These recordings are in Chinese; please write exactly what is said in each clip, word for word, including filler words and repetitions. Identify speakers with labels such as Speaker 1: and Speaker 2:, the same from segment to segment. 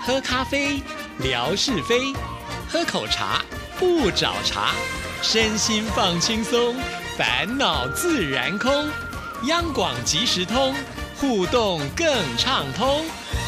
Speaker 1: 喝咖啡，聊是非；喝口茶，不找茬。身心放轻松，烦恼自然空。央广即时通，互动更畅通。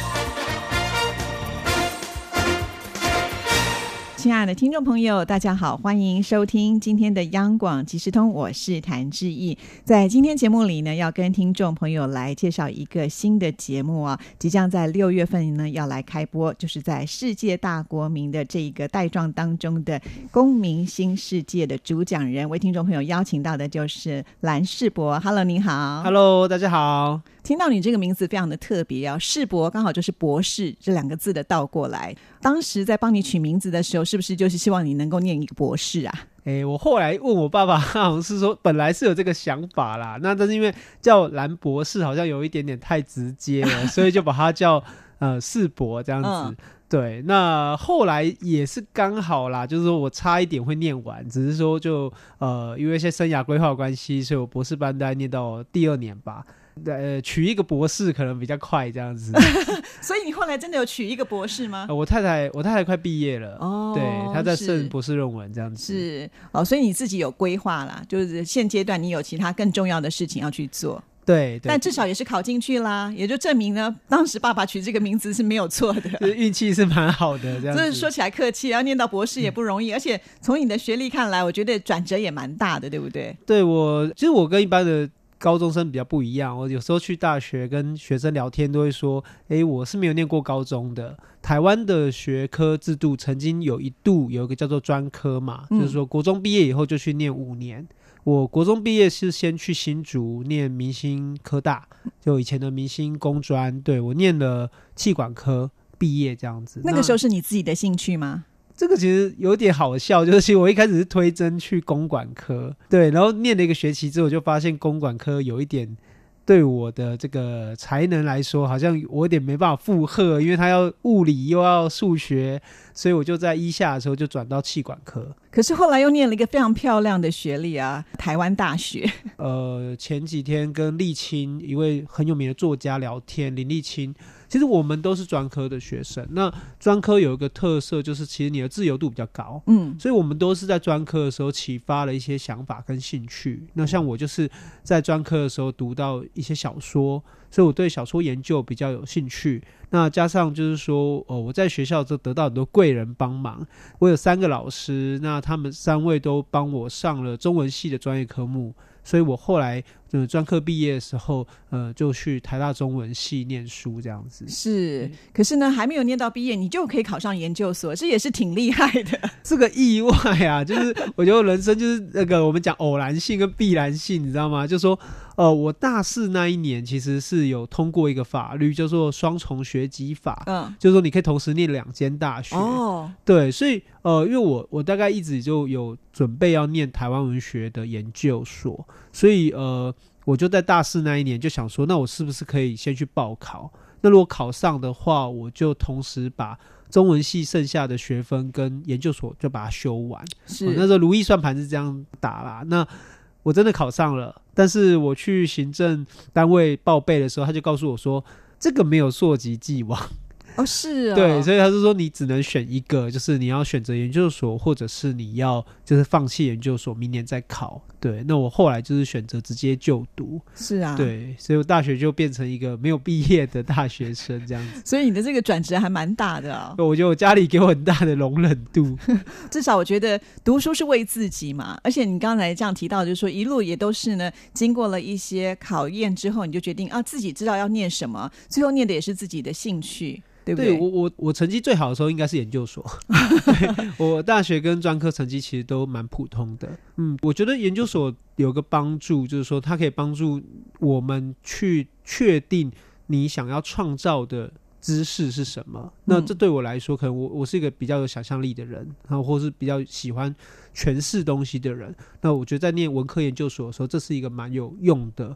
Speaker 2: 亲爱的听众朋友，大家好，欢迎收听今天的央广即时通，我是谭志毅。在今天节目里呢，要跟听众朋友来介绍一个新的节目啊，即将在六月份呢要来开播，就是在世界大国民的这一个带状当中的公民新世界的主讲人，为听众朋友邀请到的就是蓝士博。 Hello， 您好。
Speaker 3: Hello， 大家好。
Speaker 2: 听到你这个名字非常的特别啊，士博刚好就是博士这两个字的倒过来。当时在帮你取名字的时候，是不是就是希望你能够念一个博士啊？
Speaker 3: 欸、我后来问我爸爸，他好像是说本来是有这个想法啦，那但是因为叫蓝博士好像有一点点太直接了，所以就把它叫呃士博这样子、嗯、对，那后来也是刚好啦，就是说我差一点会念完，只是说就呃因为一些生涯规划的关系，所以我博士班大概念到第二年吧，呃，取一个博士可能比较快这样子。
Speaker 2: 所以你后来真的有取一个博士吗？
Speaker 3: 呃、我太太我太太快毕业了哦，对，她在剩博士论文这样子。
Speaker 2: 是哦，所以你自己有规划啦，就是现阶段你有其他更重要的事情要去做。
Speaker 3: 对， 对，
Speaker 2: 但至少也是考进去啦，也就证明呢，当时爸爸取这个名字是没有错的，
Speaker 3: 就是运气是蛮好的这样子。
Speaker 2: 就是说起来客气，要念到博士也不容易、嗯、而且从你的学历看来，我觉得转折也蛮大的，对不对？
Speaker 3: 对，我其实我跟一般的高中生比较不一样，我有时候去大学跟学生聊天都会说，诶，我是没有念过高中的。台湾的学科制度曾经有一度有一个叫做专科嘛、嗯、就是说国中毕业以后就去念五年。我国中毕业是先去新竹念明星科大，就以前的明星工专，对，我念了企管科毕业这样子。
Speaker 2: 那个时候是你自己的兴趣吗？
Speaker 3: 这个其实有点好笑，就是其实我一开始是推甄去公管科，对，然后念了一个学期之后，我就发现公管科有一点对我的这个才能来说，好像我有点没办法负荷，因为他要物理又要数学，所以我就在一下的时候就转到企管科。
Speaker 2: 可是后来又念了一个非常漂亮的学历啊，台湾大学。
Speaker 3: 呃，前几天跟立青一位很有名的作家聊天，林立青，其实我们都是专科的学生。那专科有一个特色，就是其实你的自由度比较高，嗯，所以我们都是在专科的时候启发了一些想法跟兴趣。那像我就是在专科的时候读到一些小说，所以我对小说研究比较有兴趣。那加上就是说、哦、我在学校就得到很多贵人帮忙，我有三个老师，那他们三位都帮我上了中文系的专业科目，所以我后来呃专科毕业的时候呃就去台大中文系念书这样子。
Speaker 2: 是，可是呢还没有念到毕业你就可以考上研究所，这也是挺厉害的。
Speaker 3: 这个意外啊，就是我觉得人生就是那个我们讲偶然性跟必然性，你知道吗？就是说呃我大四那一年其实是有通过一个法律叫做双重学籍法，嗯，就是说你可以同时念两间大学。哦，对，所以呃因为我我大概一直就有准备要念台湾文学的研究所，所以呃我就在大四那一年就想说，那我是不是可以先去报考？那如果考上的话，我就同时把中文系剩下的学分跟研究所就把它修完。是、哦、那时候如意算盘是这样打啦。那我真的考上了，但是我去行政单位报备的时候，他就告诉我说这个没有溯及既往。
Speaker 2: 哦，是哦，
Speaker 3: 对，所以他是说你只能选一个，就是你要选择研究所，或者是你要就是放弃研究所，明年再考。对，那我后来就是选择直接就读。
Speaker 2: 是啊，
Speaker 3: 对，所以我大学就变成一个没有毕业的大学生这样子。
Speaker 2: 所以你的这个转折还蛮大的啊、
Speaker 3: 哦。我觉得我家里给我很大的容忍度。
Speaker 2: 至少我觉得读书是为自己嘛，而且你刚才这样提到，就是说一路也都是呢，经过了一些考验之后，你就决定啊自己知道要念什么，最后念的也是自己的兴趣。对不对？
Speaker 3: 对，我我我成绩最好的时候应该是研究所。我大学跟专科成绩其实都蛮普通的。嗯，我觉得研究所有个帮助，就是说它可以帮助我们去确定你想要创造的知识是什么。那这对我来说，可能我我是一个比较有想象力的人，然后或是比较喜欢诠释东西的人。那我觉得在念文科研究所的时候，这是一个蛮有用的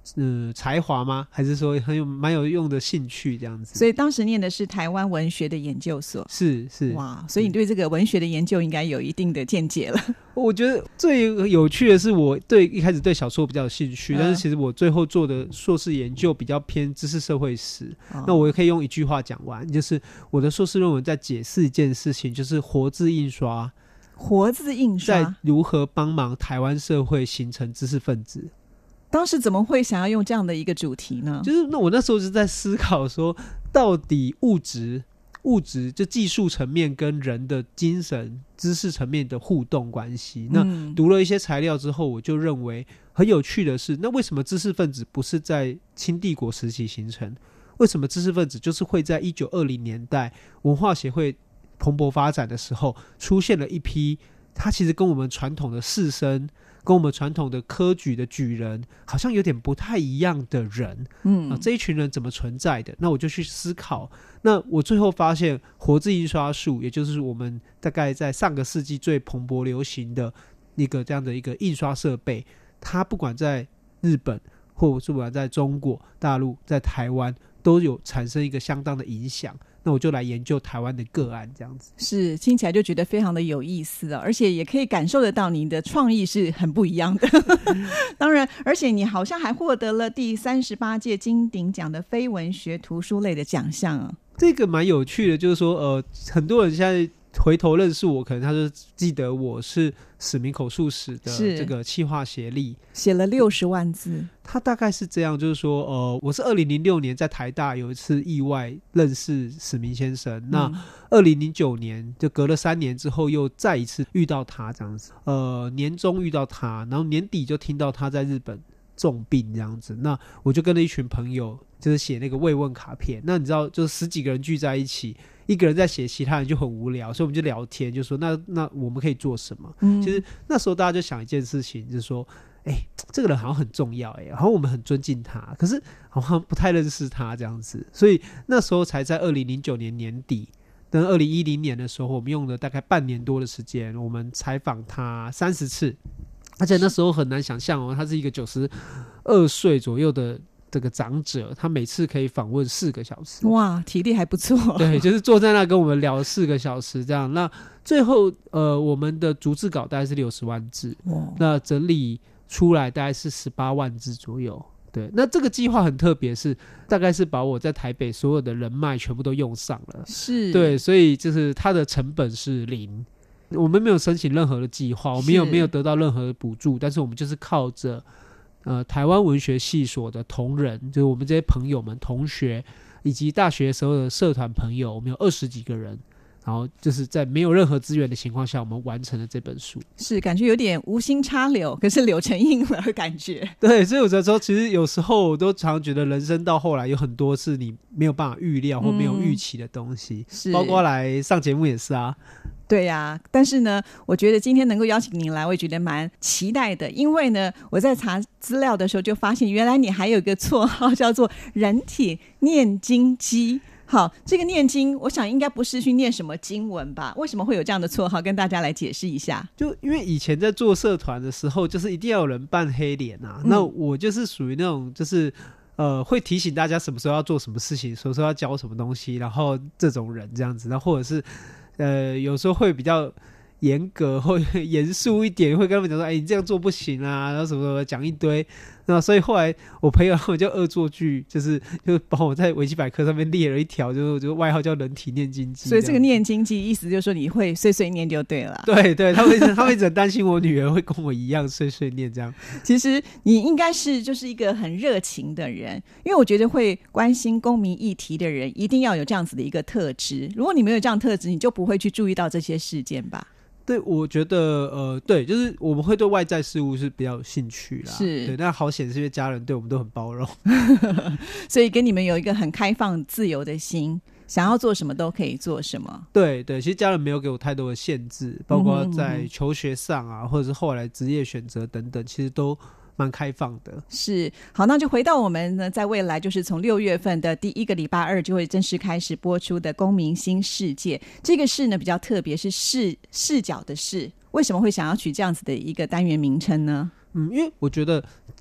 Speaker 3: 呃才华吗？还是说很有蛮有用的兴趣这样子？
Speaker 2: 所以当时念的是台湾文学的研究所。
Speaker 3: 是是。
Speaker 2: 哇，所以你对这个文学的研究应该有一定的见解了。
Speaker 3: 我觉得最有趣的是，我对一开始对小说比较有兴趣，
Speaker 2: 嗯、
Speaker 3: 但是其实我最后做的硕士研究比较偏知识社会史。哦、那我也可以用一句话讲完，就是我的硕士论文在解释一件事情，就是活字印刷。
Speaker 2: 活字印刷
Speaker 3: 在如何帮忙台湾社会形成知识分子。
Speaker 2: 当时怎么会想要用这样的一个主题呢？
Speaker 3: 就是那我那时候是在思考说，到底物质物质就技术层面跟人的精神知识层面的互动关系。那读了一些材料之后，我就认为很有趣的是，那为什么知识分子不是在清帝国时期形成？为什么知识分子就是会在一九二零年代文化协会蓬勃发展的时候，出现了一批他其实跟我们传统的士绅，跟我们传统的科举的举人好像有点不太一样的人。嗯、啊，这一群人怎么存在的？那我就去思考。那我最后发现，活字印刷术，也就是我们大概在上个世纪最蓬勃流行的一个这样的一个印刷设备，它不管在日本，或者是不管在中国大陆，在台湾，都有产生一个相当的影响。那我就来研究台湾的个案，这样子
Speaker 2: 是听起来就觉得非常的有意思、哦、而且也可以感受得到你的创意是很不一样的当然，而且你好像还获得了第三十八届金鼎奖的非文学图书类的奖项啊。
Speaker 3: 这个蛮有趣的，就是说呃，很多人现在回头认识我，可能他就记得我是史明口述史的这个企划协力，
Speaker 2: 写了六十万字。
Speaker 3: 他大概是这样，就是说呃，我是二零零六年在台大有一次意外认识史明先生、嗯、那二零零九年就隔了三年之后又再一次遇到他这样子，呃，年中遇到他，然后年底就听到他在日本重病这样子，那我就跟了一群朋友就是写那个慰问卡片。那你知道就是十几个人聚在一起，一个人在写，其他人就很无聊，所以我们就聊天，就说那那我们可以做什么、嗯、其实那时候大家就想一件事情，就是说哎、欸，这个人好像很重要，哎、欸，好像我们很尊敬他，可是好像不太认识他这样子，所以那时候才在二零零九年年底跟二零一零年的时候，我们用了大概半年多的时间，我们采访他三十次，而且那时候很难想象哦，他是一个九十二岁左右的这个长者，他每次可以访问四个小时，
Speaker 2: 哇，体力还不错。
Speaker 3: 对，就是坐在那跟我们聊四个小时这样。那最后呃，我们的逐字稿大概是六十万字，那整理出来大概是十八万字左右。对，那这个计划很特别，是大概是把我在台北所有的人脉全部都用上了。是，对，所以就是它的成本是零。我们没有申请任何的计划，我们有没有得到任何的补助，但是我们就是靠着呃台湾文学系所的同仁，就是我们这些朋友们、同学以及大学时候的社团朋友，我们有二十几个人，然后就是在没有任何资源的情况下，我们完成了这本书。是，感觉有点无心插柳，可是柳成荫了感觉。对，所以有的时候其实有时候我都常觉得人生到后来有很多是你没有办法预料或没有预期的东西、嗯、包括来上节目也是啊。对呀、啊，但是呢我觉得今天能够邀请您来，我也觉得蛮期待的，因为呢我在查资料的时候就发现原来你还有一个绰号叫做人体念经机。好，这个念经我想应该不是去念什么经文吧，为什么会有这样的绰号，跟大家来解释一下。就因为以前在做社团的时候，就是一定要有人扮黑脸啊、嗯、那我就是属于那种就是呃，会提醒大家什么时候要做什么事情，什么时候要教什么东西，然后这种人这样子，然后或者是呃，有时候会比较严格或严肃一点，会跟他们讲说哎、欸，你这样做不行啊，然后什么什么讲一堆。那所以后来我朋友他们就恶作剧，就是就帮我在维基百科上面列了一条，就就外号叫人体念经机。所以这个念经机意思就是说你会碎碎念就对了。对对，他们他们一直很担心我女儿会跟我一样碎碎念这样。其实你应该是就是一个很热情的人，因为我觉得会关心公民议题的人一定要有这样子的一个特质，如果你没有这样的特质，你就不会去注意到这些事件吧。对，我觉得呃，对，就是我们会对外在事物是比较有兴趣啦，是，对，但好显示因为家人对我们都很包容所以给你们有一个很开放自由的心，想要做什么都可以做什么。对对，其实家人没有给我太多的限制，包括在求学上啊、嗯、或者是后来职业选择等等，其实都蛮开放的。是，好，那就回到我们呢，在未来就是从六月份的第一个礼拜二就会正式开始播出的《公民新世界》。这个视呢比较特别，是视视角的视。为什么会想要取这样子的一个单元名称呢？嗯，因为我觉得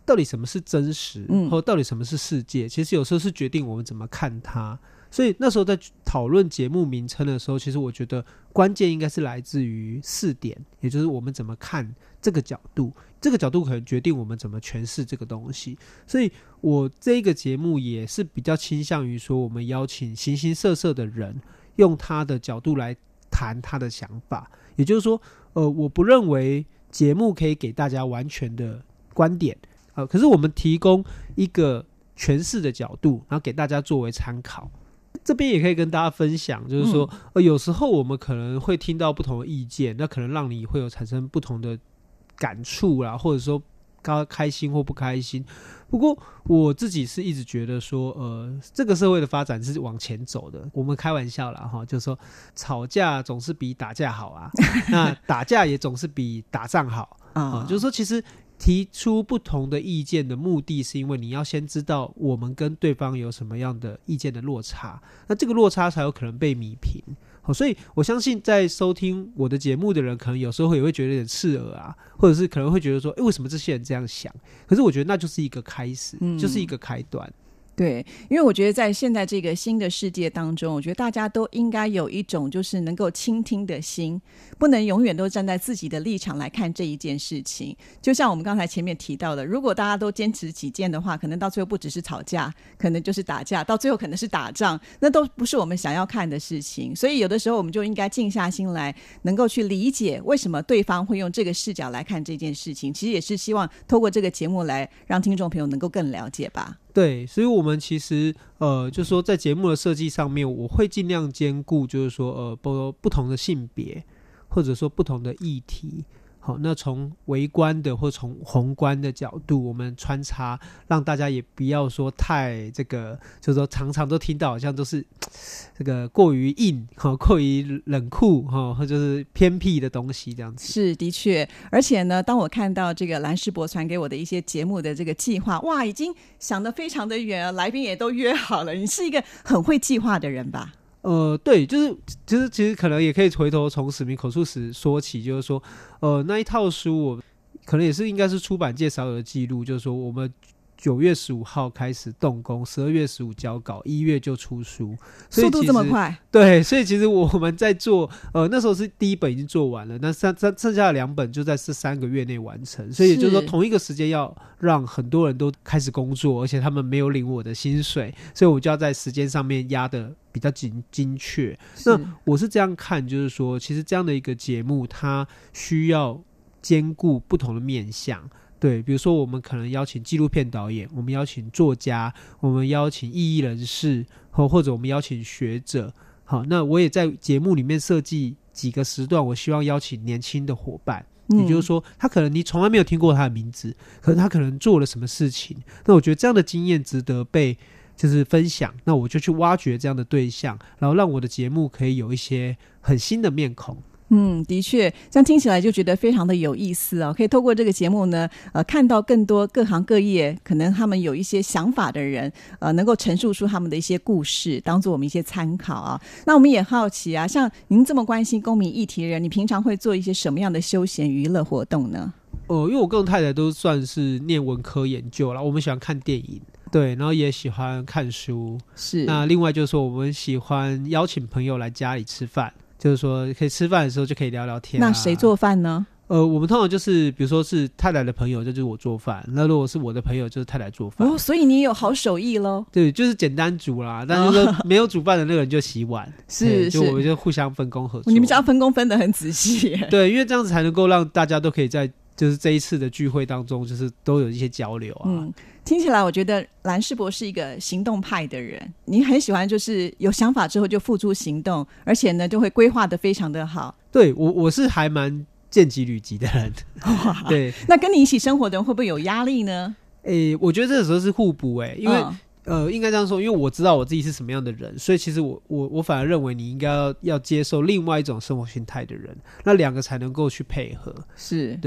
Speaker 3: 到底什么是真实，
Speaker 2: 嗯，
Speaker 3: 或到底什么是世界，其实有时候是决定我们怎么看它。所以那时候在讨论节目名称的时候，其实我觉得关键应该是来自于四点，也就是我们怎么看这个角度，这个角度可能决定我们怎么诠释这个东西。所以我这个节目也是比较倾向于说，我们邀请形形色色的人，用他的角度来谈他的想法。也就是说，呃，我不认为节目可以给大家完全的观点，呃，可是我们提供一个诠释的角度，然后给大家作为参考。这边也可以跟大家分享，就是说、嗯呃、有时候我们可能会听到不同的意见，那可能让你会有产生不同的感触啦，或者说开心或不开心。不过我自己是一直觉得说呃，这个社会的发展是往前走的，我们开玩笑啦齁，就是说吵架总是比打架好啊那打架也总是比打仗好啊、呃，就是说其实提出不同的意见的目的是因为你要先知道我们跟对方有什么样的意见的落差，那这个落差才有可能被弭平。好，所以我相信在收听我的节目的人可能有时候也会觉得有点刺耳啊，或者是可能会觉得说诶为什么这些人这样想，可是我觉得那就是一个开始、嗯、就是一个开端。
Speaker 2: 对，因为我觉得在现在这个新的世界当中，我觉得大家都应该有一种就是能够倾听的心，不能永远都站在自己的立场来看这一件事情。就像我们刚才前面提到的，如果大家都坚持己见的话，可能到最后不只是吵架，可能就是打架，到最后可能是打仗，那都不是我们想要看的事情。所以有的时候我们就应该静下心来，能够去理解为什么对方会用这个视角来看这件事情，其实也是希望透过这个节目来让听众朋友能够更了解吧。
Speaker 3: 对，所以我们其实呃，就是说在节目的设计上面，我会尽量兼顾，就是说呃，不不同的性别，或者说不同的议题。好，那从微观的或从宏观的角度，我们穿插，让大家也不要说太这个，就是说常常都听到好像都是这个过于硬、过于冷酷或者就是偏僻的东西这样子。
Speaker 2: 是，的确，而且呢，当我看到这个蓝世博传给我的一些节目的这个计划，哇，已经想得非常的远了，来宾也都约好了。你是一个很会计划的人吧？
Speaker 3: 呃，对，就是其实其实可能也可以回头从史明口述史说起，就是说，呃，那一套书我可能也是应该是出版界少有的记录，就是说我们九月十五号开始动工，十二月十五交稿，一月就出书，所以
Speaker 2: 速度这么快？
Speaker 3: 对，所以其实我们在做，呃，那时候是第一本已经做完了，那剩剩下的两本就在这三个月内完成，所以也就是说同一个时间要让很多人都开始工作，而且他们没有领我的薪水，所以我就要在时间上面压的比较精精确。那我是这样看，就是说其实这样的一个节目它需要兼顾不同的面向，对，比如说我们可能邀请纪录片导演，我们邀请作家，我们邀请异议人士，或者我们邀请学者。好，那我也在节目里面设计几个时段，我希望邀请年轻的伙伴，嗯、也就是说他可能你从来没有听过他的名字，可是他可能做了什么事情，那我觉得这样的经验值得被就是分享，那我就去挖掘这样的对象，然后让我的节目可以有一些很新的面孔。
Speaker 2: 嗯，的确，这样听起来就觉得非常的有意思哦。可以透过这个节目呢，呃，看到更多各行各业可能他们有一些想法的人，呃，能够陈述出他们的一些故事，当做我们一些参考啊。那我们也好奇啊，像您这么关心公民议题的人，你平常会做一些什么样的休闲娱乐活动呢？
Speaker 3: 呃，因为我跟我太太都算是念文科研究啦，我们喜欢看电影，对，然后也喜欢看书，
Speaker 2: 是。
Speaker 3: 那另外就是说，我们喜欢邀请朋友来家里吃饭。就是说可以吃饭的时候就可以聊聊天、啊、
Speaker 2: 那谁做饭呢？
Speaker 3: 呃，我们通常就是比如说是太太的朋友，这就是我做饭，那如果是我的朋友就是太太做饭。
Speaker 2: 哦，所以你有好手艺咯。对，
Speaker 3: 就是简单煮啦，但是说没有煮饭的那个人就洗碗
Speaker 2: 是，
Speaker 3: 就我们就互相分工合作。
Speaker 2: 你们这样分工分得很仔细耶。
Speaker 3: 对，因为这样子才能够让大家都可以在就是这一次的聚会当中就是都有一些交流啊。
Speaker 2: 嗯，听起来我觉得蓝世博是一个行动派的人，你很喜欢就是有想法之后就付诸行动，而且呢就会规划得非常的好。对，
Speaker 3: 我我是还蛮见机履机的人。对，
Speaker 2: 那跟你一起生活的人会不会有压力呢？
Speaker 3: 诶，我觉得这个时候是互补诶，因为、嗯呃，应该这样说，因为我知道我自己是什么样的人，所以其实我我我反而认为你应该要要接受另外一种生活形态的人，那两个才能够去配合。
Speaker 2: 是，
Speaker 3: 对，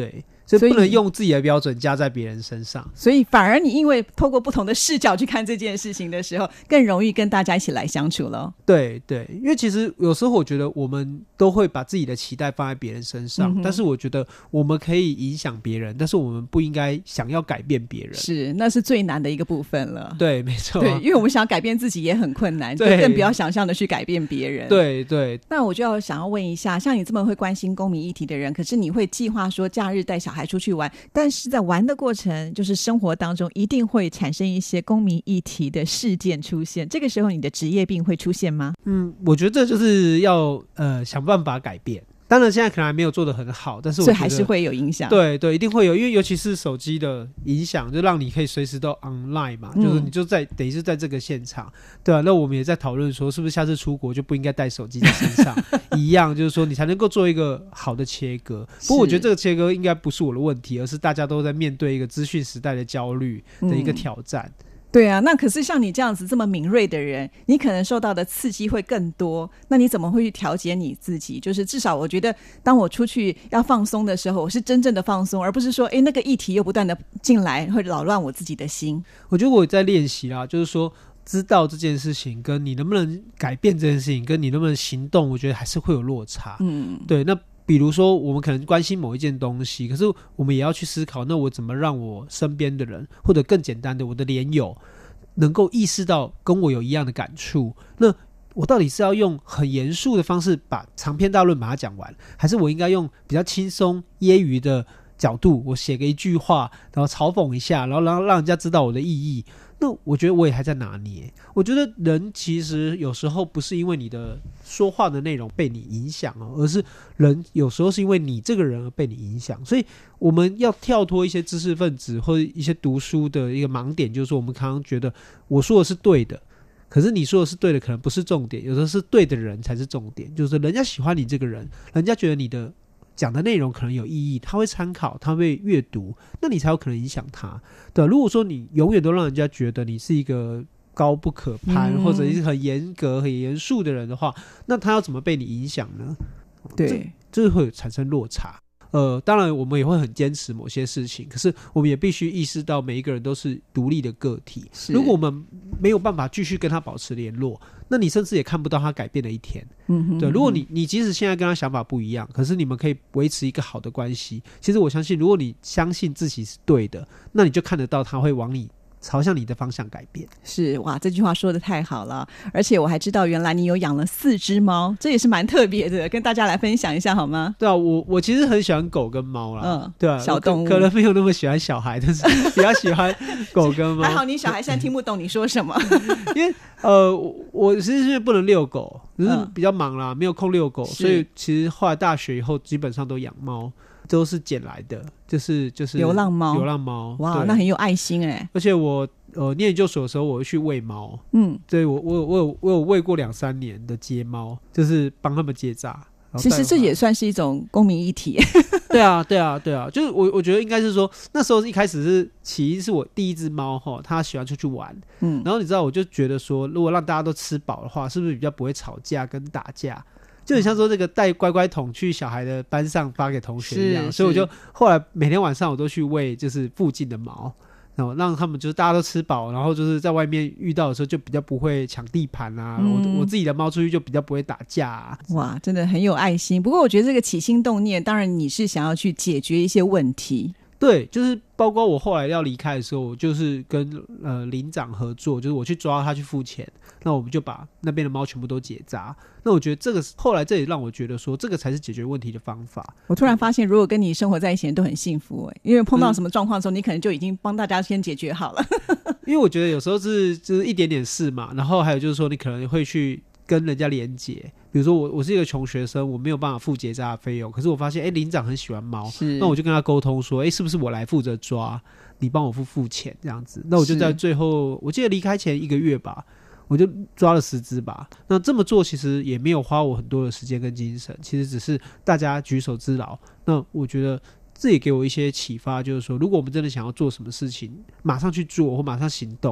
Speaker 3: 所以不能用自己的标准加在别人身上。
Speaker 2: 所以反而你因为透过不同的视角去看这件事情的时候，更容易跟大家一起来相处了。
Speaker 3: 对对，因为其实有时候我觉得我们都会把自己的期待放在别人身上、嗯、但是我觉得我们可以影响别人，但是我们不应该想要改变别人，
Speaker 2: 是，那是最难的一个部分了。
Speaker 3: 对，没错，
Speaker 2: 对，因为我们想要改变自己也很困难，就更不要想象的去改变别人。
Speaker 3: 对对，
Speaker 2: 那我就要想要问一下，像你这么会关心公民议题的人，可是你会计划说假日带小孩出去玩，但是在玩的过程，就是生活当中一定会产生一些公民议题的事件出现，这个时候你的职业病会出现吗？
Speaker 3: 嗯，我觉得这就是要呃想办法改变。当然现在可能还没有做得很好，但是我觉得所以还
Speaker 2: 是会有影响。
Speaker 3: 对对，一定会有，因为尤其是手机的影响，就让你可以随时都 online 嘛、嗯、就是你就在等于是在这个现场，对啊。那我们也在讨论说是不是下次出国就不应该带手机在身上一样，就是说你才能够做一个好的切割。不过我觉得这个切割应该不是我的问题，而是大家都在面对一个资讯时代的焦虑的一个挑战、嗯，
Speaker 2: 对啊。那可是像你这样子这么敏锐的人，你可能受到的刺激会更多，那你怎么会去调节你自己？就是至少我觉得当我出去要放松的时候，我是真正的放松，而不是说诶那个议题又不断的进来会扰乱我自己的心。
Speaker 3: 我觉得我在练习啦，就是说知道这件事情跟你能不能改变这件事情跟你能不能行动，我觉得还是会有落差。嗯，对。那比如说我们可能关心某一件东西，可是我们也要去思考，那我怎么让我身边的人，或者更简单的我的连友能够意识到跟我有一样的感触，那我到底是要用很严肃的方式把长篇大论把它讲完，还是我应该用比较轻松揶揄的角度，我写个一句话然后嘲讽一下，然后让让人家知道我的意义。那我觉得我也还在拿捏。我觉得人其实有时候不是因为你的说话的内容被你影响、哦、而是人有时候是因为你这个人而被你影响。所以我们要跳脱一些知识分子或者一些读书的一个盲点，就是说我们常常觉得我说的是对的，可是你说的是对的可能不是重点，有时候是对的人才是重点。就是人家喜欢你这个人，人家觉得你的讲的内容可能有意义，他会参考，他会阅读，那你才有可能影响他。对，如果说你永远都让人家觉得你是一个高不可攀、嗯、或者是很严格很严肃的人的话，那他要怎么被你影响呢？
Speaker 2: 对，
Speaker 3: 这就会产生落差。呃，当然我们也会很坚持某些事情，可是我们也必须意识到每一个人都是独立的个体。如果我们没有办法继续跟他保持联络，那你甚至也看不到他改变的一天。嗯哼，对，如果你你即使现在跟他想法不一样，可是你们可以维持一个好的关系，其实我相信如果你相信自己是对的，那你就看得到他会往你朝向你的方向改变。
Speaker 2: 是，哇，这句话说得太好了。而且我还知道原来你有养了四只猫，这也是蛮特别的，跟大家来分享一下好吗？
Speaker 3: 对啊，我我其实很喜欢狗跟猫啦。嗯，对啊，
Speaker 2: 小动物
Speaker 3: 可, 可能没有那么喜欢小孩，但是比较喜欢狗跟猫。
Speaker 2: 还好你小孩现在听不懂你说什么
Speaker 3: 因为呃我其实是不能遛狗，只是比较忙啦、嗯、没有空遛狗，所以其实后来大学以后基本上都养猫，都是捡来的，就是就是
Speaker 2: 流浪猫。
Speaker 3: 流浪猫，
Speaker 2: 哇，那很有爱心哎、欸。
Speaker 3: 而且我呃念研究所的时候，我会去喂猫，嗯，对我我我有我有喂过两三年的街猫，就是帮他们结扎。
Speaker 2: 其实这也算是一种公民议题。
Speaker 3: 对啊，对啊，对啊，就是我我觉得应该是说，那时候一开始是起因是我第一只猫哈，它喜欢出去玩，嗯，然后你知道我就觉得说，如果让大家都吃饱的话，是不是比较不会吵架跟打架？就很像说这个带乖乖桶去小孩的班上发给同学一样，所以我就后来每天晚上我都去喂就是附近的猫，然后让他们就是大家都吃饱，然后就是在外面遇到的时候就比较不会抢地盘啊、嗯、我, 我自己的猫出去就比较不会打架啊。
Speaker 2: 哇，真的很有爱心。不过我觉得这个起心动念，当然你是想要去解决一些问题。
Speaker 3: 对，就是包括我后来要离开的时候，我就是跟呃领长合作，就是我去抓他去付钱，那我们就把那边的猫全部都结扎。那我觉得这个后来这也让我觉得说，这个才是解决问题的方法。
Speaker 2: 我突然发现，如果跟你生活在一起的人都很幸福、欸、因为碰到什么状况的时候、嗯、你可能就已经帮大家先解决好了。
Speaker 3: 因为我觉得有时候是就是一点点事嘛，然后还有就是说你可能会去跟人家连结，比如说我我是一个穷学生，我没有办法付结扎的费用，可是我发现哎，领长很喜欢猫，那我就跟他沟通说，哎，是不是我来负责抓，你帮我付付钱这样子。那我就在最后，我记得离开前一个月吧，我就抓了十只吧。那这么做其实也没有花我很多的时间跟精神，其实只是大家举手之劳。那我觉得这也给我一些启发，就是说如果我们真的想要做什么事情马上去做或马上行动，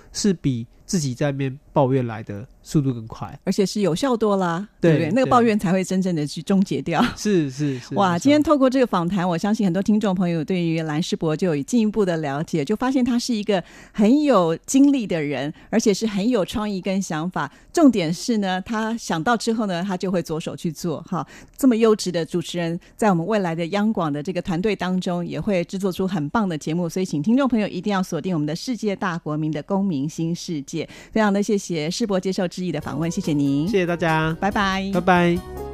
Speaker 3: 是比自己在那边抱怨来的速度更快，
Speaker 2: 而且是有效多啦，
Speaker 3: 对
Speaker 2: 对不对？那个抱怨才会真正的去终结掉。
Speaker 3: 是是是。
Speaker 2: 哇，今天透过这个访谈，我相信很多听众朋友对于蓝士博就有进一步的了解，就发现他是一个很有经历的人，而且是很有创意跟想法。重点是呢，他想到之后呢，他就会着手去做。哈，这么优质的主持人，在我们未来的央广的这个团队当中，也会制作出很棒的节目。所以，请听众朋友一定要锁定我们的世界大国民的公民新世界。非常的谢谢士博接受志毅的访问，谢谢您，
Speaker 3: 谢谢大家，
Speaker 2: 拜拜，
Speaker 3: 拜拜。